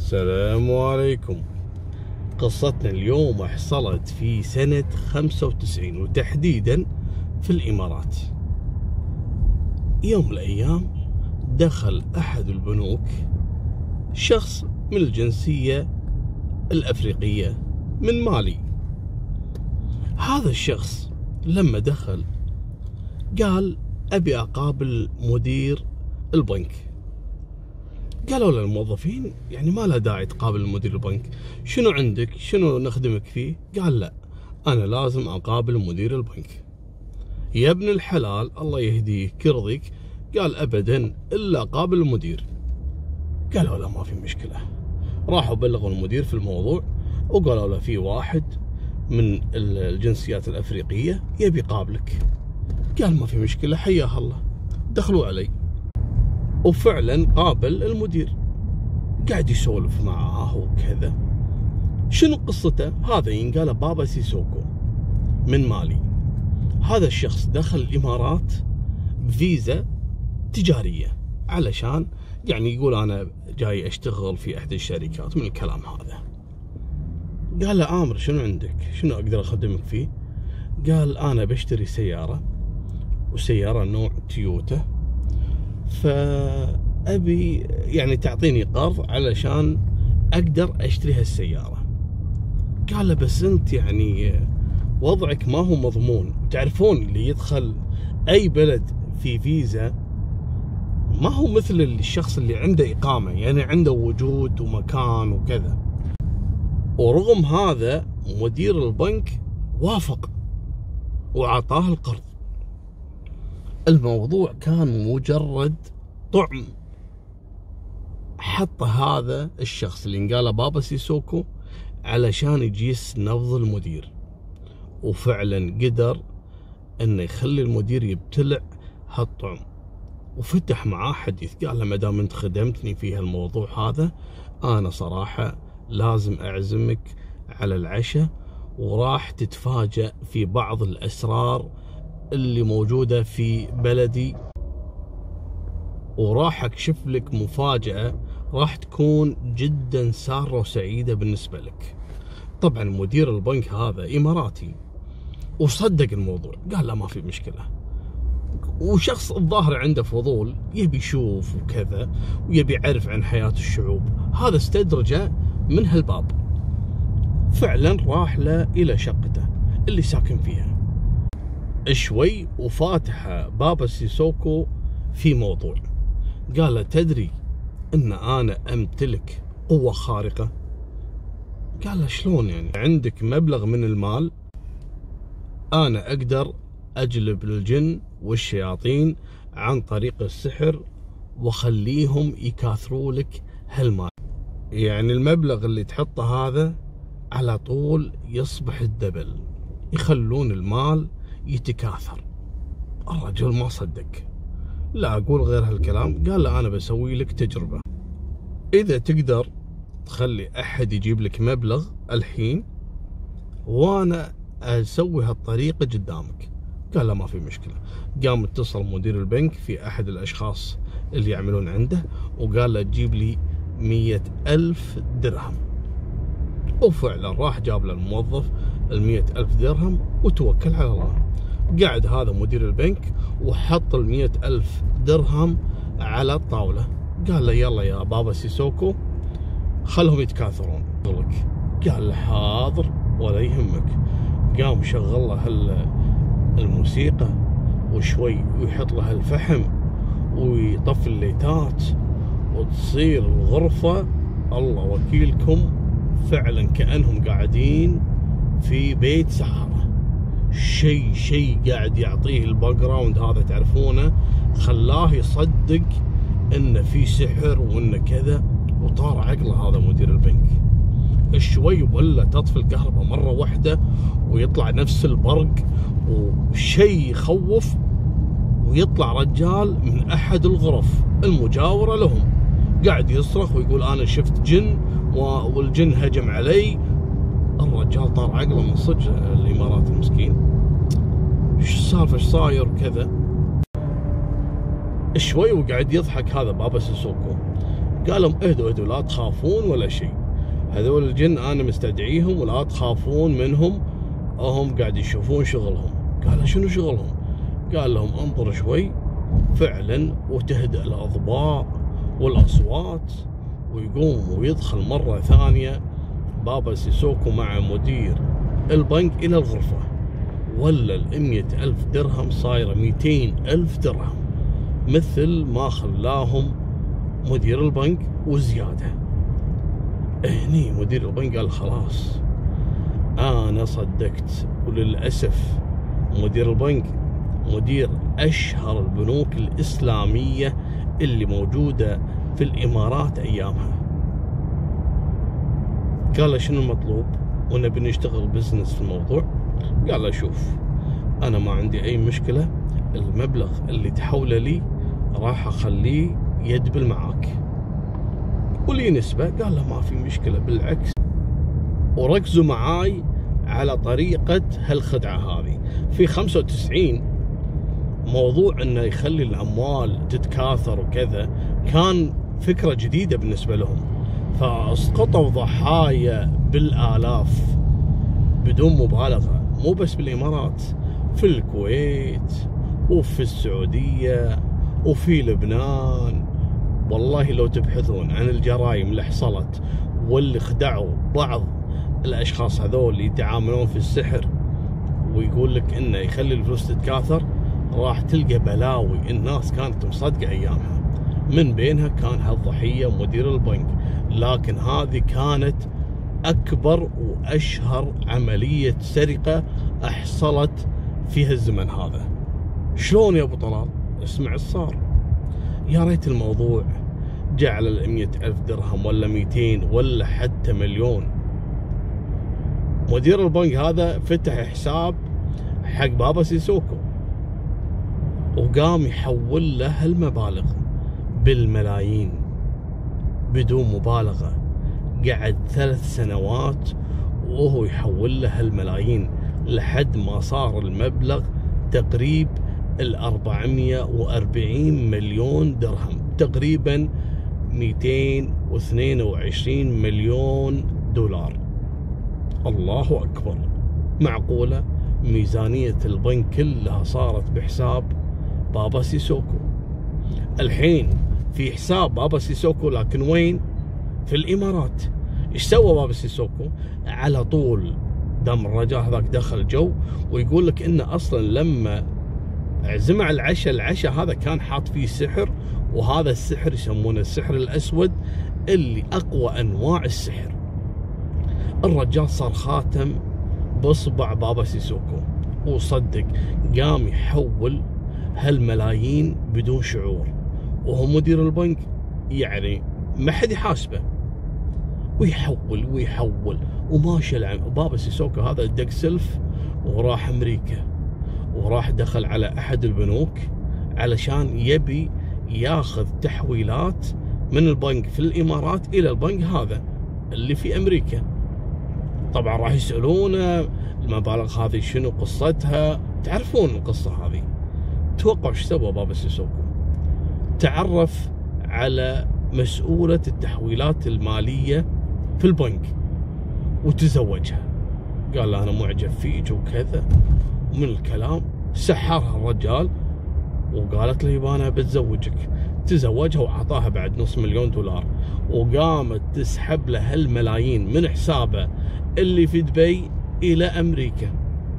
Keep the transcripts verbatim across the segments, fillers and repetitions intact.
السلام عليكم. قصتنا اليوم حصلت في سنة خمسة وتسعين وتحديدا في الإمارات. يوم من الأيام دخل أحد البنوك شخص من الجنسية الأفريقية من مالي. هذا الشخص لما دخل قال أبي أقابل مدير البنك. قالوا للموظفين يعني ما له داعي تقابل مدير البنك، شنو عندك؟ شنو نخدمك فيه؟ قال لا، أنا لازم أقابل مدير البنك. يا ابن الحلال الله يهديك يرضيك. قال أبدا إلا قابل المدير. قالوا له ما في مشكلة. راحوا بلغوا المدير في الموضوع وقالوا له في واحد من الجنسيات الأفريقية يبي يقابلك. قال ما في مشكلة، حياه الله. دخلوا علي وفعلا قابل المدير، قاعد يسولف معاه وكذا. شنو قصته؟ هذا ينقال بابا سيسوكو من مالي. هذا الشخص دخل الإمارات بفيزا تجارية علشان يعني يقول أنا جاي أشتغل في إحدى الشركات من الكلام هذا. قال له آمر شنو عندك؟ شنو أقدر أخدمك فيه؟ قال أنا بشتري سيارة، وسيارة نوع تويوتا، فأبي يعني تعطيني قرض علشان أقدر أشتري هالسيارة. قال له بس أنت يعني وضعك ما هو مضمون، تعرفون اللي يدخل أي بلد في فيزا ما هو مثل الشخص اللي عنده إقامة، يعني عنده وجود ومكان وكذا. ورغم هذا مدير البنك وافق وعطاه القرض. الموضوع كان مجرد طعم حط هذا الشخص اللي انقاله بابا سيسوكو علشان يجيس نبض المدير، وفعلا قدر انه يخلي المدير يبتلع هالطعم وفتح معاه حديث. قال له ما دام انت خدمتني في هالموضوع هذا، انا صراحة لازم اعزمك على العشاء، وراح تتفاجأ في بعض الاسرار اللي موجودة في بلدي، وراح اكشف لك مفاجأة راح تكون جدا سارة وسعيدة بالنسبة لك. طبعا مدير البنك هذا اماراتي وصدق الموضوع، قال لا ما في مشكلة. وشخص الظاهر عنده فضول يبي يشوف وكذا ويبي يعرف عن حياة الشعوب، هذا استدرجه من هالباب. فعلا راح له الى شقته اللي ساكن فيها شوي، وفاتح بابا سيسوكو في موضوع. قال له تدري ان انا امتلك قوة خارقة؟ قال له شلون يعني؟ عندك مبلغ من المال، انا اقدر اجلب الجن والشياطين عن طريق السحر واخليهم يكاثروا لك هالمال. يعني المبلغ اللي تحطه هذا على طول يصبح الدبل، يخلون المال يتكاثر. الرجل ما صدق، لا اقول غير هالكلام. قال له انا بسوي لك تجربة، اذا تقدر تخلي احد يجيب لك مبلغ الحين وانا اسوي هالطريقة قدامك. قال له ما في مشكلة. قام اتصل مدير البنك في احد الاشخاص اللي يعملون عنده وقال له تجيب لي مية الف درهم. وفعلا راح جاب له الموظف المية الف درهم وتوكل على الله. قاعد هذا مدير البنك وحط المية الف درهم على الطاولة. قال له يلا يا بابا سيسوكو خلهم يتكاثرون. قال له حاضر ولا يهمك. قام شغل له الموسيقى وشوي ويحط له الفحم ويطفي الليتات وتصير الغرفة الله وكيلكم فعلا كأنهم قاعدين في بيت سحرة. شيء شيء قاعد يعطيه الباك جراوند هذا تعرفونه، خلاه يصدق انه في سحر وانه كذا، وطار عقله هذا مدير البنك. شوي ولا تطفي الكهرباء مرة واحدة ويطلع نفس البرق وشيء يخوف، ويطلع رجال من احد الغرف المجاورة لهم قاعد يصرخ ويقول انا شفت جن والجن هجم علي. الرجال طار عقله من صدق الامارات المسكين، ايش السالفه ايش صاير وكذا. شوي وقاعد يضحك هذا بابا سيسوكو. قال لهم اهدوا اهدوا لا تخافون ولا شيء، هذول الجن انا مستدعيهم ولا تخافون منهم، هم قاعد يشوفون شغلهم. قال شنو شغلهم؟ قال لهم انظر شوي. فعلا وتهدأ الاضواء والاصوات، ويقوم ويدخل مره ثانيه بابا سيسوكو مع مدير البنك الى الغرفه. ولا المئة ألف درهم صايره مئتين ألف درهم، مثل ما خلاهم مدير البنك وزياده. هني مدير البنك قال خلاص انا صدقت. وللاسف مدير البنك مدير اشهر البنوك الاسلاميه اللي موجوده في الامارات ايامها. قال له شنو المطلوب؟ ونبي نشتغل بزنس في الموضوع. قال له شوف انا ما عندي اي مشكله، المبلغ اللي تحوله لي راح اخليه يدبل معاك ولي نسبه. قال له ما في مشكله بالعكس. وركزوا معاي على طريقه هالخدعه هذه. في خمسة وتسعين موضوع انه يخلي الاموال تتكاثر وكذا كان فكره جديده بالنسبه لهم، فاسقطوا ضحايا بالالاف بدون مبالغه، مو بس بالامارات، في الكويت وفي السعوديه وفي لبنان. والله لو تبحثون عن الجرائم اللي حصلت واللي خدعوا بعض الاشخاص هذول اللي يتعاملون في السحر ويقول لك انه يخلي الفلوس تتكاثر، راح تلقى بلاوي الناس كانت مصدقه ايامها. من بينها كان هالضحيه مدير البنك، لكن هذه كانت اكبر واشهر عمليه سرقه حصلت في هالزمن هذا. شلون يا ابو طلال؟ اسمع الصار. يا ريت الموضوع جعل المئة ألف درهم ولا مئتين ولا حتى مليون. مدير البنك هذا فتح حساب حق بابا سيسوكو وقام يحول له المبالغ بالملايين بدون مبالغة. قعد ثلاث سنوات وهو يحول له الملايين لحد ما صار المبلغ تقريب الأربعمئة وأربعين مليون درهم، تقريبا مئتين واثنين وعشرين مليون دولار. الله أكبر. معقولة ميزانية البنك كلها صارت بحساب بابا سيسوكو. الحين في حساب بابا سيسوكو، لكن وين؟ في الإمارات. إيش سوى بابا سيسوكو؟ على طول دام الرجال هذاك دخل جو ويقول لك إنه أصلا لما عزمع العشاء، العشاء هذا كان حاط فيه سحر، وهذا السحر يسمونه السحر الأسود اللي أقوى أنواع السحر. الرجال صار خاتم بصبع بابا سيسوكو وصدق، قام يحول هالملايين بدون شعور، وهو مدير البنك يعني ما حد يحاسبه، ويحول ويحول وماشي العم. بابا سيسوكو هذا دق سلف وراح أمريكا، وراح دخل على أحد البنوك علشان يبي ياخذ تحويلات من البنك في الإمارات إلى البنك هذا اللي في أمريكا. طبعا راح يسألونه المبالغ هذه شنو قصتها، تعرفون القصة هذه. توقعوا ايش سوى بابا سيسوكو؟ تعرف على مسؤولة التحويلات المالية في البنك وتزوجها. قال له أنا معجب فيك وكذا من الكلام. سحرها الرجال وقالت له يبا أنا بتزوجك. تزوجها وأعطاها بعد نص مليون دولار، وقامت تسحب له هالملايين من حسابه اللي في دبي إلى أمريكا.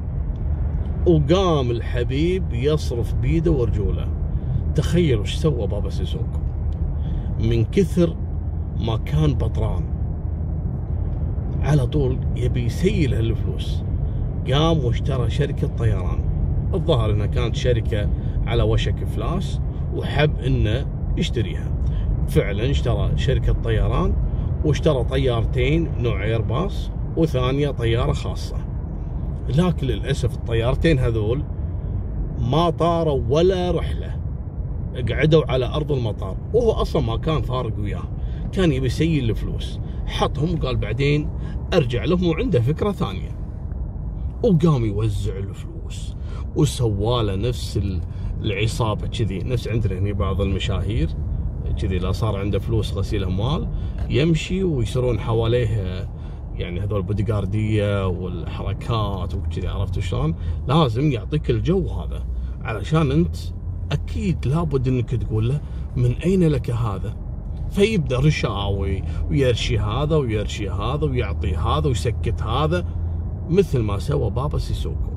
وقام الحبيب يصرف بيده ورجوله. تخيلوا ايش سوى بابا سيسوكو من كثر ما كان بطران، على طول يبي يسيل هالفلوس. قام واشترى شركة طيران، الظاهر انها كانت شركة على وشك افلاس وحب انه يشتريها. فعلا اشترى شركة طيران واشترى طيارتين نوع ايرباص وثانية طيارة خاصة. لكن للأسف الطيارتين هذول ما طاروا ولا رحلة، قعدوا على أرض المطار، وهو أصلا ما كان فارق وياه، كان يبي يسيل الفلوس. حطهم وقال بعدين أرجع لهم، وعنده فكرة ثانية. وقام يوزع الفلوس وسواله نفس العصابة كذي، نفس عندنا هنا بعض المشاهير كذي لا صار عنده فلوس غسيل اموال يمشي ويصيرون حواليه يعني هذول البوديغارديه والحركات وكذي، عرفت شلون؟ لازم يعطيك الجو هذا علشان انت اكيد لابد انك تقول له من اين لك هذا؟ فيبدا رشاوي ويرشي هذا ويرشي هذا ويعطي هذا ويسكت هذا، مثل ما سوى بابا سيسوكو.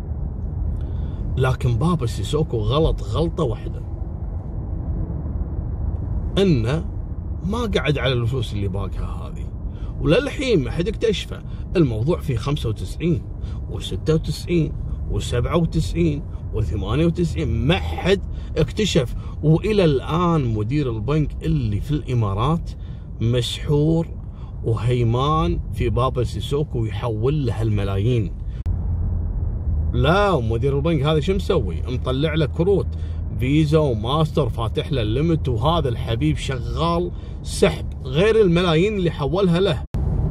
لكن بابا سيسوكو غلط غلطه واحده، انه ما قعد على الفلوس اللي باقها هذه، وللحين ما حد اكتشفه. الموضوع في خمسة وتسعين وستة وتسعين وسبعة وتسعين وثمانية وتسعين ما حد اكتشف، والى الان مدير البنك اللي في الامارات مسحور وهيمان في بابا سيسوكو ويحول له الملايين. لا، مدير البنك هذا شو مسوي؟ مطلع له كروت فيزا وماستر فاتح له الليمت، وهذا الحبيب شغال سحب غير الملايين اللي حولها له،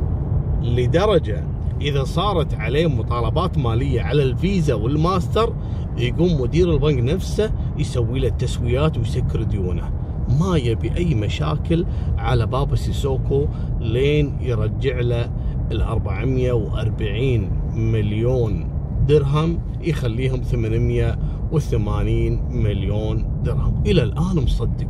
لدرجة إذا صارت عليه مطالبات مالية على الفيزا والماستر يقوم مدير البنك نفسه يسوي له تسويات ويسكر ديونه. ما يبي أي مشاكل على بابا سيسوكو لين يرجع له ال أربعمئة وأربعين مليون درهم، يخليهم ثمانمئة وثمانين مليون درهم. إلى الآن مصدق.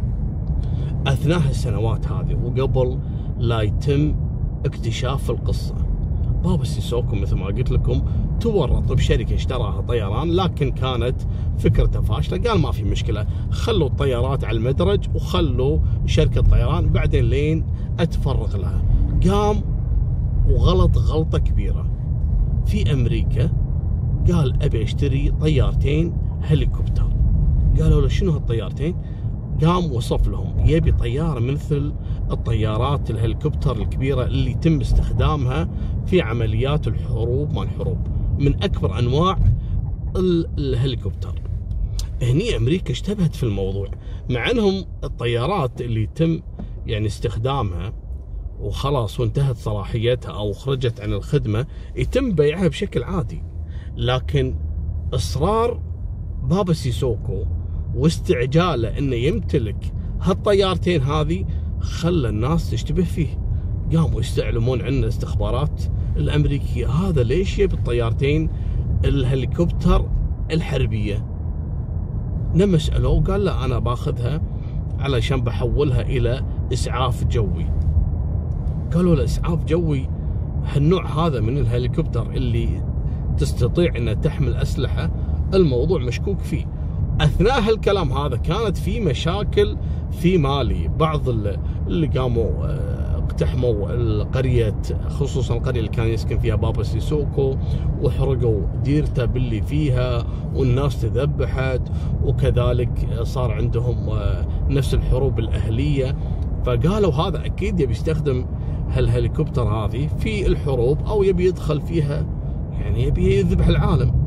أثناء السنوات هذه وقبل لا يتم اكتشاف القصة، بابا سيسوكو مثل ما قلت لكم تورط بشركة اشتراها طيران، لكن كانت فكرته فاشلة. قال ما في مشكلة، خلوا الطيارات على المدرج وخلوا شركة طيران بعدين لين أتفرغ لها. قام وغلط غلطة كبيرة في أمريكا، قال أبي أشتري طيارتين هليكوبتر. قالوا له شنو هالطيارتين؟ قام وصف لهم يبي طيارة مثل الطيارات الهليكوبتر الكبيرة اللي يتم استخدامها في عمليات الحروب، ما الحروب، من أكبر أنواع الهليكوبتر. هني أمريكا اشتبهت في الموضوع، مع أنهم الطيارات اللي يتم يعني استخدامها وخلاص وانتهت صلاحيتها أو خرجت عن الخدمة يتم بيعها بشكل عادي، لكن إصرار بابا سيسوكو واستعجاله انه يمتلك هالطيارتين هذه خلى الناس تشتبه فيه. قاموا يستعلمون عنه استخبارات الامريكيه، هذا ليش يبي الطيارتين الهليكوبتر الحربيه؟ لما سالوه قال لا انا باخذها علشان بحولها الى اسعاف جوي. قالوا له اسعاف جوي؟ هالنوع هذا من الهليكوبتر اللي تستطيع انها تحمل اسلحه الموضوع مشكوك فيه. اثناء هالكلام هذا كانت في مشاكل في مالي، بعض اللي قاموا اقتحموا القريه، خصوصا القريه اللي كان يسكن فيها بابا سيسوكو، وحرقوا ديرته باللي فيها والناس تذبحت، وكذلك صار عندهم نفس الحروب الاهليه. فقالوا هذا اكيد يبي يستخدم هالهليكوبتر هذه في الحروب او يبي يدخل فيها، يعني يبي يذبح العالم.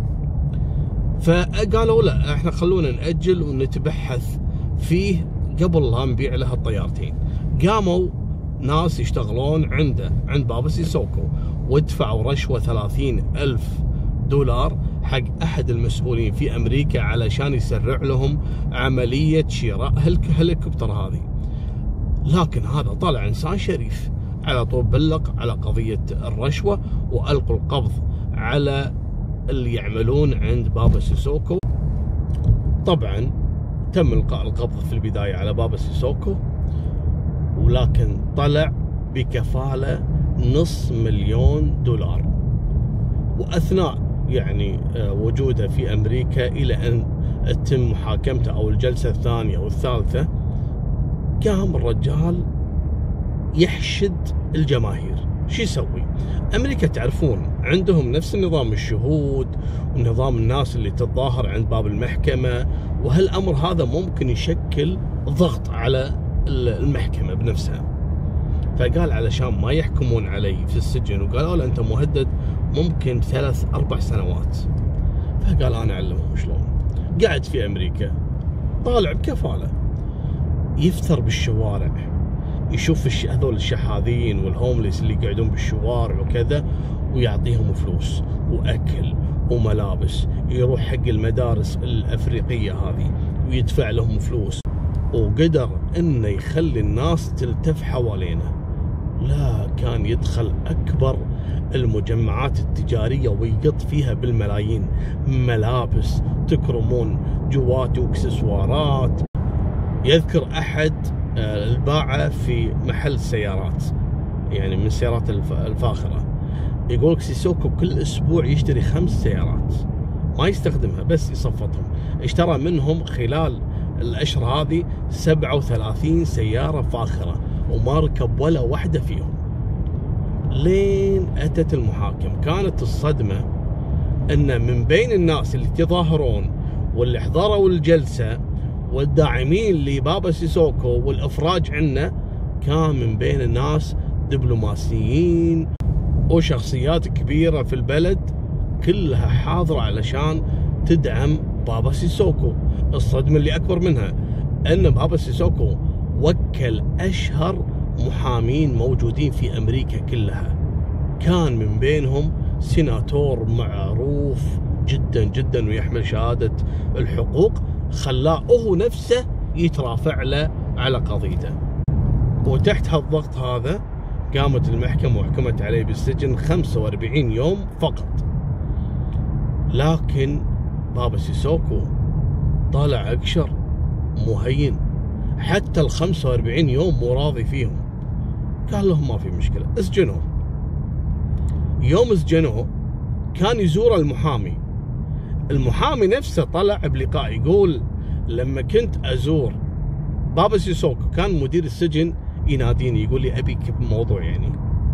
فقالوا لا احنا خلونا نأجل ونتبحث فيه قبل لا نبيع له الطيارتين. قاموا ناس يشتغلون عنده عند بابا سيسوكو ودفعوا رشوة ثلاثين ألف دولار حق أحد المسؤولين في أمريكا علشان يسرع لهم عملية شراء هالهليكوبتر هذه. لكن هذا طلع إنسان شريف، على طول بلغ على قضية الرشوة وألقوا القبض على اللي يعملون عند بابا سيسوكو. طبعا تم القاء القبض في البداية على بابا سيسوكو، ولكن طلع بكفالة نص مليون دولار. وأثناء يعني وجوده في أمريكا إلى أن تتم محاكمته أو الجلسة الثانية والثالثة، قام الرجال يحشد الجماهير. شو يسوي؟ أمريكا تعرفون عندهم نفس النظام الشهود ونظام الناس اللي تتظاهر عند باب المحكمة، وهالأمر هذا ممكن يشكل ضغط على المحكمة بنفسها. فقال علشان ما يحكمون علي في السجن، وقالوا له أنت مهدد ممكن ثلاث أربع سنوات. فقال أنا أعلمهم شلون. قاعد في أمريكا طالع بكفالة، يفتر بالشوارع، يشوف هذول الشحاذين والهومليس اللي يقعدون بالشوارع وكذا، ويعطيهم فلوس واكل وملابس. يروح حق المدارس الافريقيه هذه ويدفع لهم فلوس. وقدر انه يخلي الناس تلتف حوالينه. لا، كان يدخل اكبر المجمعات التجارية ويقط فيها بالملايين، ملابس، تكرمون، جوات واكسسوارات. يذكر احد الباعة في محل سيارات، يعني من السيارات الفاخرة، يقولك سيسوكو كل اسبوع يشتري خمس سيارات ما يستخدمها بس يصفطهم. اشترى منهم خلال الاشهر هذه سبعة وثلاثين سيارة فاخرة وما ركب ولا واحدة فيهم. لين اتت المحاكم كانت الصدمة ان من بين الناس اللي تظاهرون واللي حضروا الجلسة والداعمين لبابا سيسوكو والافراج عنه، كان من بين الناس دبلوماسيين وشخصيات كبيرة في البلد كلها حاضرة علشان تدعم بابا سيسوكو. الصدمة اللي أكبر منها أن بابا سيسوكو وكل أشهر محامين موجودين في أمريكا كلها، كان من بينهم سيناتور معروف جدا جدا ويحمل شهادة الحقوق، خلاه هو نفسه يترافع له على قضيته. وتحت هالضغط هذا قامت المحكمة وحكمت عليه بالسجن خمسة وأربعين يوم فقط. لكن بابا سيسوكو طالع أقشر مهين، حتى ال خمسة وأربعين يوم مو راضي فيهم. قال لهم ما في مشكلة، اسجنوه. يوم اسجنوه كان يزور المحامي، المحامي نفسه طلع بلقاء يقول لما كنت أزور بابا سيسوكو كان مدير السجن يناديني يقول لي أبيك بموضوع، يعني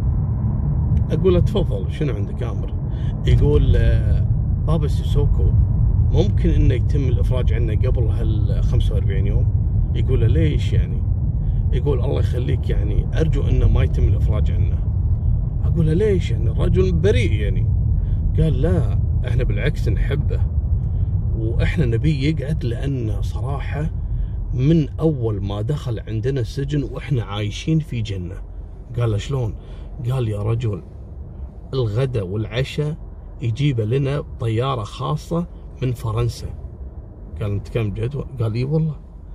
أقول له تفضل شنو عندك أمر؟ يقول بابا سيسوكو ممكن إنه يتم الإفراج عنه قبل هال خمسة وأربعين يوم؟ يقول له ليش يعني؟ يقول الله يخليك يعني أرجو إنه ما يتم الإفراج عنه. أقول له ليش يعني الرجل بريء يعني؟ قال لا، إحنا بالعكس نحبه وإحنا نبيه يقعد، لأن صراحة من أول ما دخل عندنا السجن وإحنا عايشين في جنة. قال له شلون؟ قال يا رجل الغداء والعشاء يجيب لنا طيارة خاصة من فرنسا. قال انت كم جد؟ قال اي والله،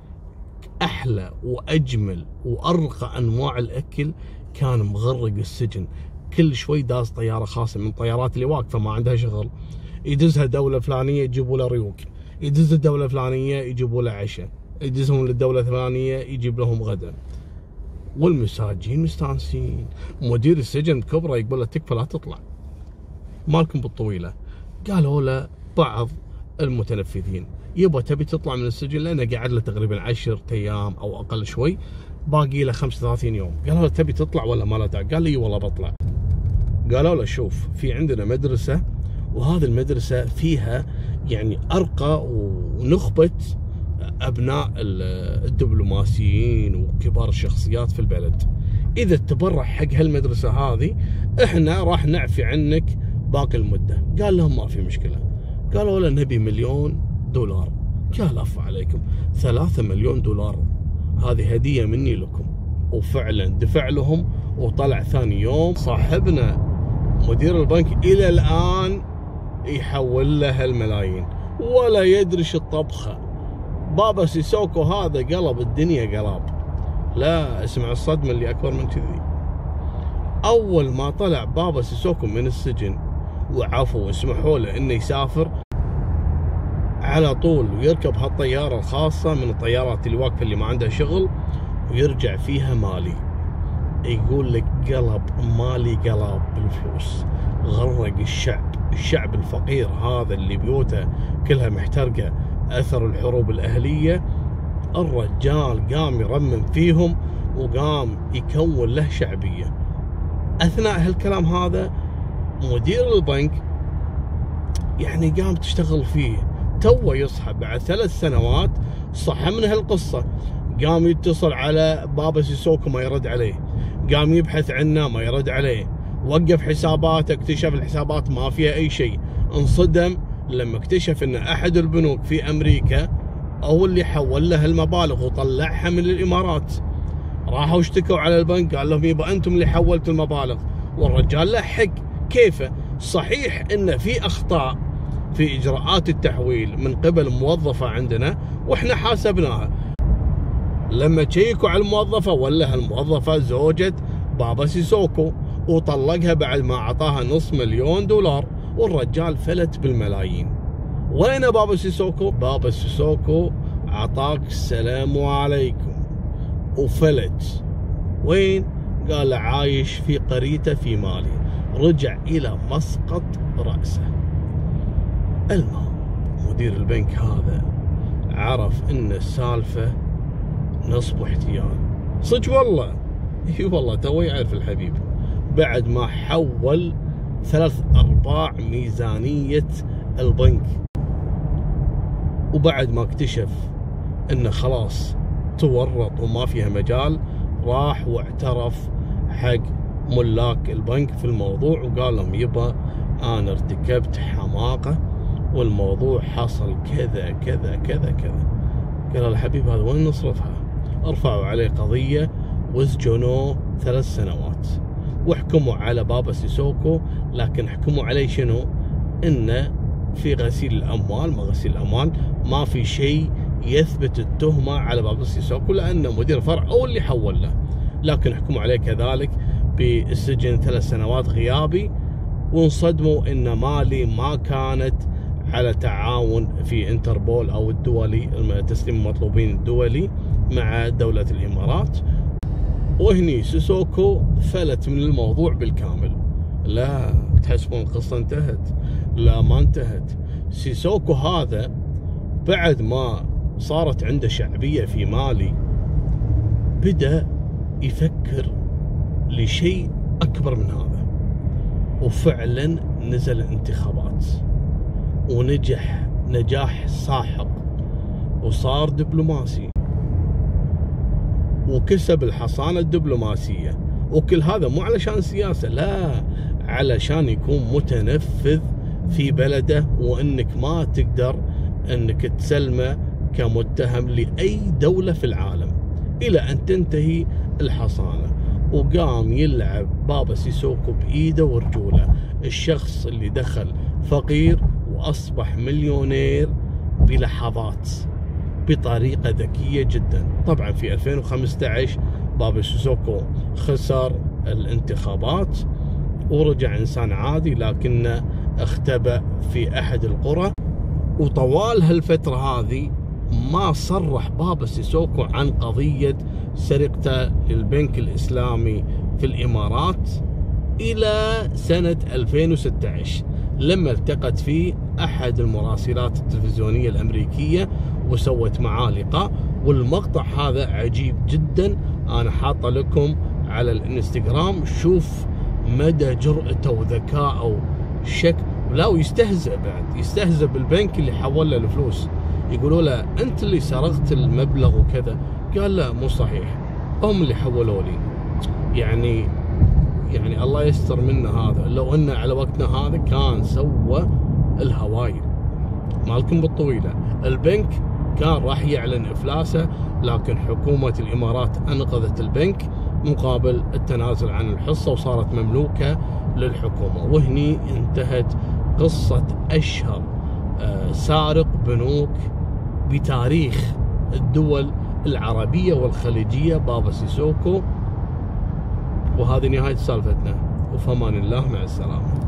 احلى واجمل وارقى انواع الاكل كان مغرق السجن. كل شوي داز طيارة خاصة من الطيارات اللي واقفة ما عندها شغل، يدزها دولة فلانية يجيبوا له ريوق، يدز الدولة الفلانية يجيبوا له عشاء، يدزهم للدولة الفلانية يجيب لهم غداء. والمساجين مستانسين. مدير السجن بكبره يقول له تكفى لا تطلع، مالكم بالطويلة. قالوا له بعض المتنفذين يبا تبي تطلع من السجن لأنه قاعد له تقريبا عشرة أيام أو أقل شوي، باقي له خمسة وثلاثين يوم. قالوا له تبي تطلع ولا ما لا تعال؟ قال لي والله بطلع. قالوا له شوف في عندنا مدرسة وهذه المدرسة فيها يعني أرقى ونخبة أبناء الدبلوماسيين وكبار الشخصيات في البلد، إذا تبرع حق هالمدرسة هذه إحنا راح نعفي عنك باقي المدة. قال لهم ما في مشكلة. قالوا له نبي مليون دولار. قال عفوا عليكم، ثلاثة مليون دولار هذه هدية مني لكم. وفعلا دفع لهم وطلع ثاني يوم. صاحبنا مدير البنك إلى الآن يحول له هالملايين ولا يدرش الطبخة. بابا سيسوكو هذا قلب الدنيا قلب. لا اسمع الصدمة اللي أكبر من كذي. أول ما طلع بابا سيسوكو من السجن وعفوا واسمحوا له إنه يسافر على طول ويركب هالطيارة الخاصة من الطيارات اللي واقفة اللي ما عندها شغل ويرجع فيها مالي. يقول لك قلب مالي قلب بالفلوس، غرق الشعب، الشعب الفقير هذا اللي بيوته كلها محترقة أثر الحروب الأهلية. الرجال قام يرمم فيهم وقام يكون له شعبية. أثناء هالكلام هذا مدير البنك يعني قام تشتغل فيه، توه يصحى بعد ثلاث سنوات صحى من هالقصة. قام يتصل على بابا سيسوكو ما يرد عليه، قام يبحث عنه ما يرد عليه، وقف حساباته اكتشف الحسابات ما فيها أي شيء. انصدم لما اكتشف ان احد البنوك في امريكا هو اللي حول له المبالغ وطلعها من الامارات. راحوا اشتكوا على البنك قال لهم يبا انتم اللي حولتوا المبالغ، والرجال له حق. كيف؟ صحيح ان في اخطاء في اجراءات التحويل من قبل موظفة عندنا واحنا حاسبناها، لما تشيكوا على الموظفة، ولا هالموظفة زوجة بابا سيسوكو، وطلقها بعد ما أعطاها نص مليون دولار، والرجال فلت بالملايين. وين بابا سيسوكو؟ بابا سيسوكو عطاك السلام عليكم وفلت. وين؟ قال عايش في قريته في مالي. رجع إلى مسقط رأسه. المهم مدير البنك هذا عرف ان السالفة نصب واحتيال. صدق والله، اي والله تو يعرف الحبيب، بعد ما حول ثلاث ارباع ميزانية البنك، وبعد ما اكتشف انه خلاص تورط وما فيها مجال، راح واعترف حق ملاك البنك في الموضوع وقال لهم يبا انا ارتكبت حماقة والموضوع حصل كذا كذا كذا كذا. قال الحبيب هذا وين نصرفها؟ ارفعوا عليه قضية وسجنوه ثلاث سنوات، وحكموا على بابا سيسوكو، لكن حكموا عليه شنو؟ انه في غسيل الاموال. ما غسيل الاموال، ما في شيء يثبت التهمة على بابا سيسوكو لانه مدير فرع او اللي حول له، لكن حكموا عليه كذلك بالسجن ثلاث سنوات غيابي، وانصدموا ان مالي ما كانت على تعاون في انتربول او الدولي، تسليم المطلوبين الدولي مع دولة الامارات. وهني سيسوكو فلت من الموضوع بالكامل. لا تحسبون القصة انتهت؟ لا ما انتهت. سيسوكو هذا بعد ما صارت عنده شعبية في مالي بدأ يفكر لشيء أكبر من هذا، وفعلا نزل الانتخابات ونجح نجاح ساحق، وصار دبلوماسي وكسب الحصانة الدبلوماسية. وكل هذا مو علشان سياسة، لا، علشان يكون متنفذ في بلده، وانك ما تقدر انك تسلمه كمتهم لأي دولة في العالم الى ان تنتهي الحصانة. وقام يلعب بابا سيسوكو بإيده ورجوله، الشخص اللي دخل فقير وأصبح مليونير بلحظات بطريقة ذكية جدا. طبعا في ألفين وخمسة عشر بابا سيسوكو خسر الانتخابات ورجع إنسان عادي، لكنه اختبأ في أحد القرى. وطوال هالفترة هذه ما صرح بابا سيسوكو عن قضية سرقته للبنك الإسلامي في الإمارات إلى سنة ألفين وستة عشر، لما التقت فيه أحد المراسلات التلفزيونية الأمريكية وسوت معاه لقاء. والمقطع هذا عجيب جدا، أنا حاطه لكم على الانستغرام. شوف مدى جرأته وذكائه وشك، لا ويستهزئ بعد، يستهزئ بالبنك اللي حول له الفلوس. يقولوا له أنت اللي سرقت المبلغ وكذا، قال لا مو صحيح، هم اللي حولوا لي. يعني يعني الله يستر منا هذا، لو أنه على وقتنا هذا كان سوى الهوايل مالكم بالطويلة. البنك كان راح يعلن إفلاسه، لكن حكومة الإمارات أنقذت البنك مقابل التنازل عن الحصة، وصارت مملوكة للحكومة. وهني انتهت قصة أشهر سارق بنوك بتاريخ الدول العربية والخليجية، بابا سيسوكو. وهذه نهاية سالفتنا، وفمان الله، مع السلامة.